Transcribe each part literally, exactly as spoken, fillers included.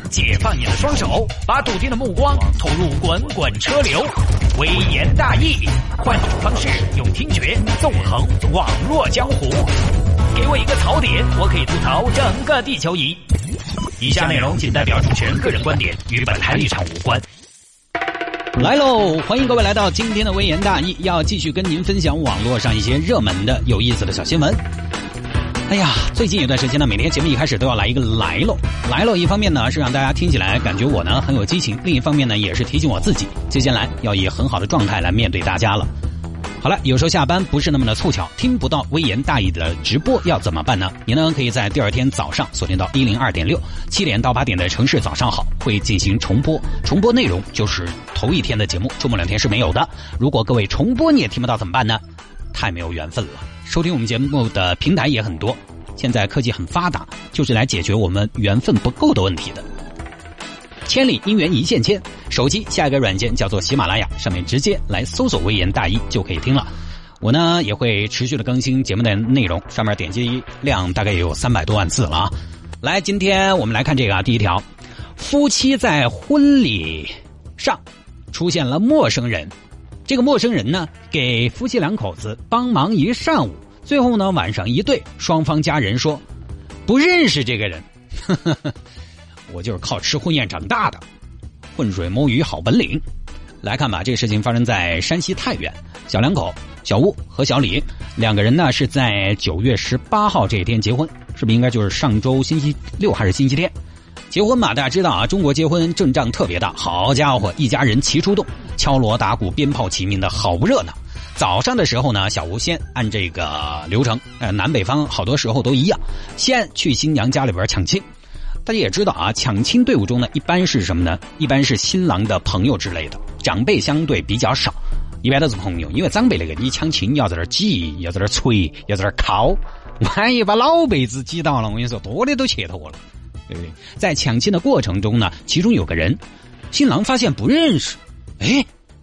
解放你的双手，把笃定的目光投入滚滚车流。微言大义，换种方式用听觉纵横网络江湖。给我一个槽点，我可以吐槽整个地球仪。以下内容仅代表主持人个人观点，与本台立场无关。 来喽，欢迎各位来到今天的微言大义，要继续跟您分享网络上一些热门的有意思的小新闻。哎呀，最近有段时间呢，每天节目一开始都要来一个来喽。来喽，一方面呢是让大家听起来感觉我呢很有激情，另一方面呢也是提醒我自己，接下来要以很好的状态来面对大家了。好了，有时候下班不是那么的凑巧，听不到微言大义的直播要怎么办呢？你呢可以在第二天早上锁定到一零二点六，七点到八点的城市早上好会进行重播，重播内容就是头一天的节目，周末两天是没有的。如果各位重播你也听不到怎么办呢？太没有缘分了。收听我们节目的平台也很多，现在科技很发达，就是来解决我们缘分不够的问题的。千里姻缘一线牵，手机下一个软件叫做喜马拉雅，上面直接来搜索微言大义就可以听了。我呢也会持续的更新节目的内容，上面点击量大概也有三百多万次了啊。来，今天我们来看这个啊，第一条，夫妻在婚礼上出现了陌生人，这个陌生人呢给夫妻两口子帮忙一上午，最后呢晚上一对，双方家人说不认识这个人。呵呵呵，我就是靠吃婚宴长大的，浑水摸鱼好本领。来看吧，这个事情发生在山西太原，小两口小吴和小李两个人呢是在九月十八号这一天结婚，是不是应该就是上周星期六还是星期天结婚嘛？大家知道啊，中国结婚阵仗特别大，好家伙，一家人齐出动，敲锣打鼓鞭炮齐鸣的好热闹。早上的时候呢，小吴先按这个流程，呃，南北方好多时候都一样，先去新娘家里边抢亲。大家也知道啊，抢亲队伍中呢，一般是什么呢？一般是新郎的朋友之类的，长辈相对比较少，一般都是朋友。因为长辈那个你抢亲要在那儿挤，要在那儿捶，要在那儿敲，万一把老辈子挤到了，我跟你说，多的都切头了，对不对？在抢亲的过程中呢，其中有个人，新郎发现不认识，哎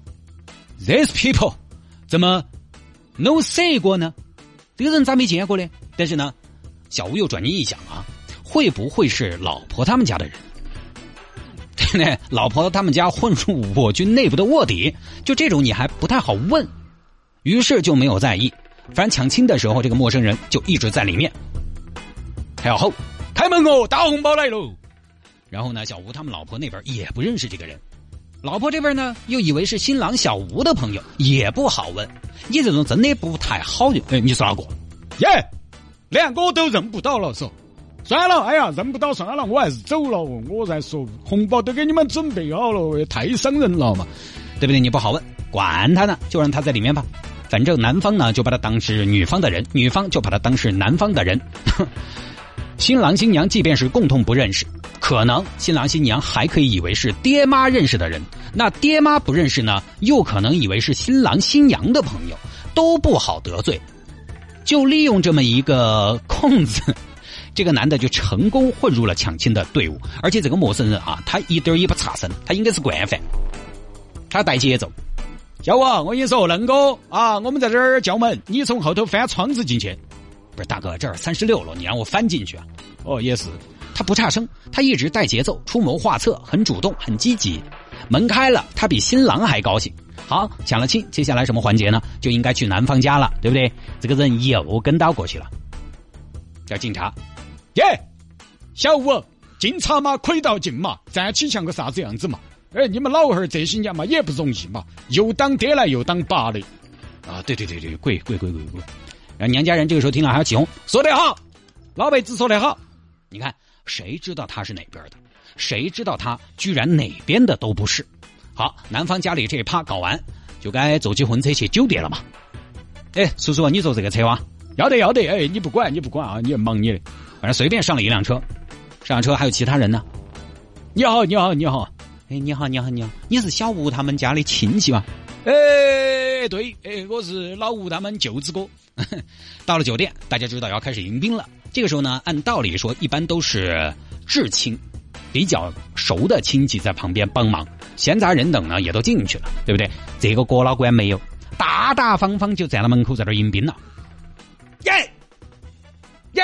，these people 怎么 no see 过呢？这个人咋没见过呢？但是呢，小吴又转念一想啊。会不会是老婆他们家的人？对不对？老婆他们家混入我军内部的卧底，就这种你还不太好问，于是就没有在意。反正抢亲的时候，这个陌生人就一直在里面。然后开门哦，大红包来喽！然后呢，小吴他们老婆那边也不认识这个人，老婆这边呢又以为是新郎小吴的朋友，也不好问。你这种真的不太好的，哎，你说哪个？耶，两个都认不到了，说。算了，哎呀，认不到算了，我还是走了。我再说，红包都给你们准备好了，太伤人了嘛，对不对？你不好问，管他呢，就让他在里面吧。反正男方呢就把他当是女方的人，女方就把他当是男方的人。新郎新娘即便是共同不认识，可能新郎新娘还可以以为是爹妈认识的人，那爹妈不认识呢，又可能以为是新郎新娘的朋友，都不好得罪。就利用这么一个空子。这个男的就成功混入了抢亲的队伍，而且这个陌生人啊，他一点也不差生，他应该是惯犯，他带节奏。小吴，我跟你说，恁哥啊，我们在这儿叫门，你从后头翻窗子进去。不是大哥，这儿三十六了，你让我翻进去啊？哦，也是，他不差生，他一直带节奏，出谋划策，很主动，很积极。门开了，他比新郎还高兴。好，抢了亲，接下来什么环节呢？就应该去男方家了，对不对？这个人又跟到过去了，叫警察。耶、yeah ，小吴，警察嘛，亏到尽嘛，站起像个啥子样子嘛？哎，你们老汉儿这些年嘛也不容易嘛，又当爹来又当爸的，啊，对对对对，贵贵贵贵贵。然后娘家人这个时候听了还要起哄，说得好，老辈子说得好。你看，谁知道他是哪边的？谁知道他居然哪边的都不是？好，男方家里这一趴搞完，就该走起婚车去酒店了嘛。哎，叔叔，你坐这个车哇？要得要得，哎，你不管你不管啊，你忙你的。反正随便上了一辆车，上车还有其他人呢。你好，你好，你好，哎，你好，你好，你好，你是小吴他们家的亲戚吗？哎，对，哎，我是老吴他们舅子哥。到了酒店，大家知道要开始迎宾了。这个时候呢，按道理说，一般都是至亲，比较熟的亲戚在旁边帮忙，闲杂人等呢也都进去了，对不对？这个郭老官没有，大大方方就在了门口在那迎宾了。耶耶！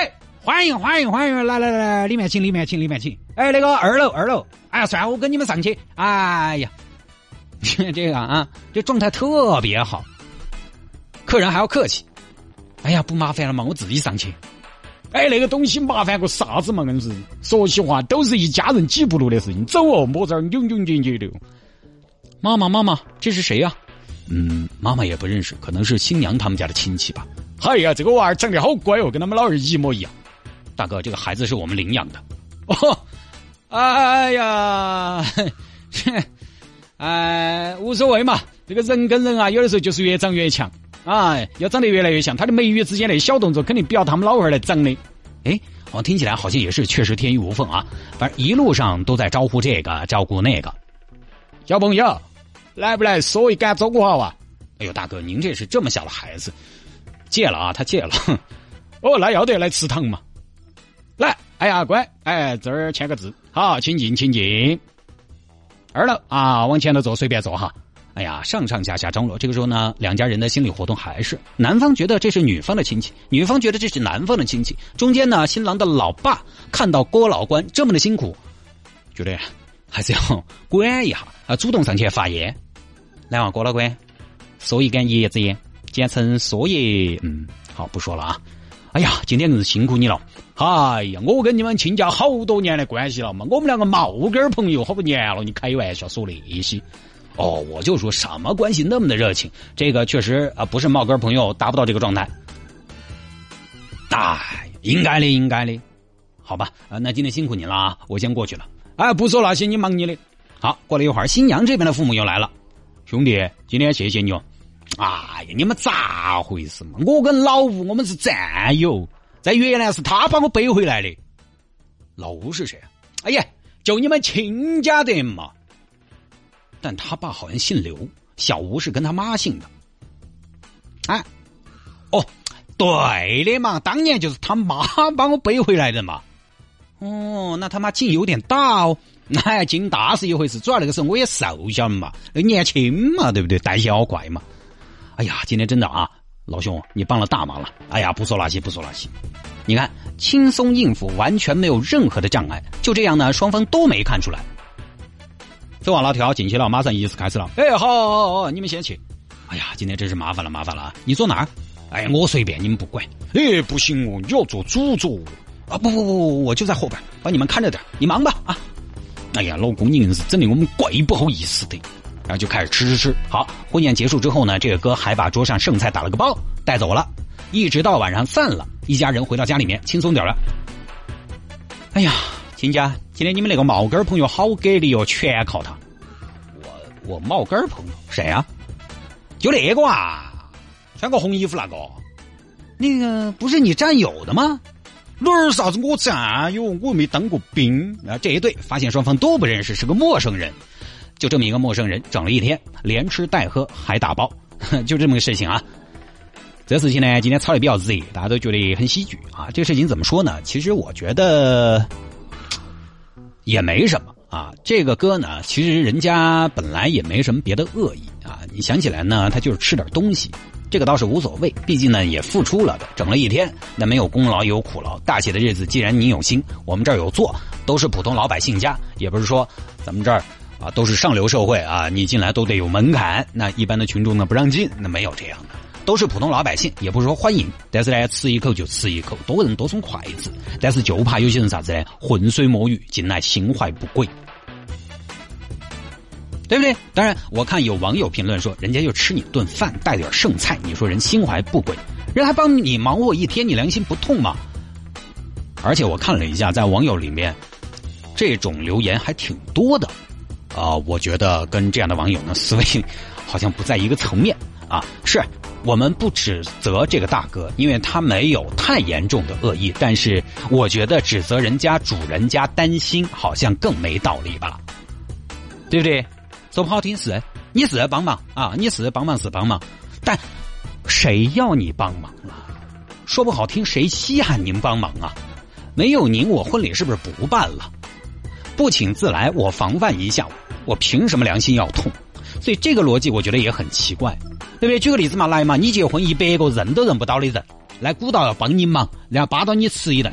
欢迎欢迎欢迎，来来来，里面请里面请里面请。哎，那个二楼二楼，哎呀，算了，我跟你们上去。哎呀，这个啊，这状态特别好，客人还要客气。哎呀，不麻烦了嘛，我自己上去。哎，那个东西麻烦个啥子嘛？硬是说实话，都是一家人几步路的事情。走哦，莫这儿扭扭捏捏的。妈妈，妈妈，这是谁呀、啊？嗯，妈妈也不认识，可能是新娘他们家的亲戚吧。哎呀，这个娃儿长得好乖哦，跟他们老二一模一样。大哥，这个孩子是我们领养的。哦，哎呀，哎，无所谓嘛。这个人跟人啊，有的时候就是越长越强。哎，要长得越来越像，他的眉宇之间的小动作肯定比要他们老二来长的。哎，哦，听起来好像也是确实天衣无缝啊。反正一路上都在招呼这个照顾那个。小朋友，来不来说一杆走好啊？哎呦，大哥，您这是这么小的孩子，戒了啊，他戒了。哦，那要得，来吃糖嘛。来，哎呀，乖，哎，这儿签个字，好，请进，请进。二楼啊，往前头坐，随便坐哈。哎呀，上上下下张罗，这个时候呢，两家人的心理活动还是男方觉得这是女方的亲戚，女方觉得这是男方的亲戚。中间呢，新郎的老爸看到郭老官这么的辛苦，觉得还是要管一下啊，主动上前发言。来嘛，郭老官，说一杆叶子烟，简称说爷。嗯，好，不说了啊。哎呀，今天真是辛苦你了。哎呀，我跟你们亲家好多年的关系了嘛，我们两个毛根朋友好多年了，你开玩笑说那些。哦，我就说什么关系那么的热情，这个确实啊、呃、不是毛根朋友达不到这个状态。哎，应该的，应该的。好吧，啊、呃，那今天辛苦你了啊，我先过去了。哎，不说那些，你忙你的。好，过了一会儿，新娘这边的父母又来了。兄弟，今天谢谢你哦。哎呀，你们咋回事嘛？我跟老吴我们是战友，在越南是他把我背回来的。老吴是谁啊？哎呀，就你们亲家的嘛。但他爸好像姓刘，小吴是跟他妈姓的。哎，哦，对的嘛，当年就是他妈把我背回来的嘛。哦，那他妈劲有点大哦。哎，劲大是一回事，主要那个时候我也瘦小嘛，年轻嘛，对不对？代谢好快嘛。哎呀，今天真的啊，老兄，你帮了大忙了。哎呀，不说那些，不说那些。你看，轻松应付，完全没有任何的障碍。就这样呢，双方都没看出来。走完老条进去了，马上仪式开始了。哎，好好好，你们先去。哎呀，今天真是麻烦了，麻烦了。你坐哪儿？哎，我随便，你们不管。哎，不行哦，你要做主座啊！不不不，我就在后边，帮你们看着点，你忙吧啊！哎呀，老公，你硬是整的我们怪不好意思的。然后就开始吃吃吃。好，婚宴结束之后呢，这个哥还把桌上剩菜打了个包带走了，一直到晚上散了，一家人回到家里面轻松点了。哎呀，亲家，今天你们那个毛根朋友好给力哦，全靠他。我我毛根朋友谁啊？就那个啊，穿个红衣服那个，那个不是你战友的吗？哪儿啥子我战友，我又没当过兵啊！这一对发现双方都不认识，是个陌生人。就这么一个陌生人，整了一天，连吃带喝还打包，就这么个事情啊。这事情呢，今天炒得比较热，大家都觉得很喜剧啊。这个事情怎么说呢？其实我觉得也没什么啊。这个哥呢，其实人家本来也没什么别的恶意啊。你想起来呢，他就是吃点东西，这个倒是无所谓，毕竟呢也付出了的，整了一天，那没有功劳也有苦劳。大写的日子，既然你有心，我们这儿有做，都是普通老百姓家，也不是说咱们这儿。啊，都是上流社会啊！你进来都得有门槛，那一般的群众呢不让进，那没有这样的，都是普通老百姓，也不是说欢迎，但是呢，吃一口就吃一口，多人多送筷子，但是就怕有些人啥子呢，浑水摸鱼，进来心怀不轨，对不对？当然，我看有网友评论说，人家就吃你顿饭，带点剩菜，你说人心怀不轨，人还帮你忙活一天，你良心不痛吗？而且我看了一下，在网友里面，这种留言还挺多的。啊、呃，我觉得跟这样的网友呢思维好像不在一个层面啊。是我们不指责这个大哥，因为他没有太严重的恶意，但是我觉得指责人家主人家担心好像更没道理吧，对不对？说不好听是你是帮忙啊，你是帮忙是帮忙，但谁要你帮忙了？说不好听，谁稀罕您帮忙啊？没有您，我婚礼是不是不办了？不请自来，我防范一下，我凭什么良心要痛？所以这个逻辑我觉得也很奇怪，对不对？举个例子嘛，来嘛，你结婚一百个认都认不到的人，来鼓捣要帮你忙，然后扒到你吃一顿，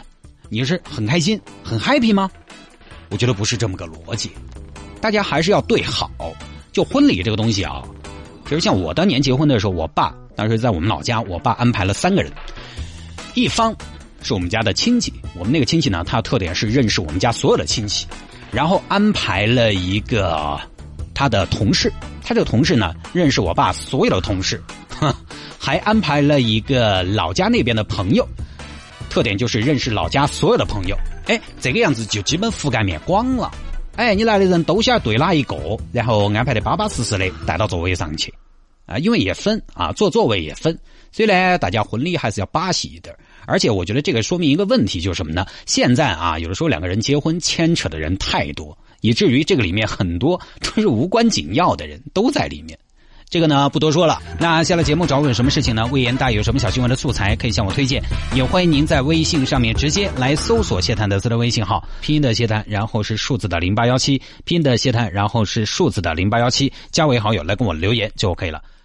你是很开心很 happy 吗？我觉得不是这么个逻辑，大家还是要对好。就婚礼这个东西啊，其实像我当年结婚的时候，我爸当时在我们老家，我爸安排了三个人，一方是我们家的亲戚，我们那个亲戚呢，他的特点是认识我们家所有的亲戚，然后安排了一个他的同事，他这个同事呢认识我爸所有的同事，还安排了一个老家那边的朋友，特点就是认识老家所有的朋友。哎，这个样子就基本覆盖面广了。哎，你来的人都想对哪一个，然后安排的巴巴适适的带到座位上去啊，因为也分啊，坐座位也分，所以呢，大家婚礼还是要把戏一点。而且我觉得这个说明一个问题，就是什么呢？现在啊，有的时候两个人结婚牵扯的人太多，以至于这个里面很多都是无关紧要的人都在里面。这个呢不多说了，那下了节目找我有什么事情呢？微言大有什么小新闻的素材可以向我推荐，也欢迎您在微信上面直接来搜索谢探德斯的微信号，拼音的谢探，然后是数字的零八一七，拼音的谢探，然后是数字的零八一七，加为好友来跟我留言就可以了。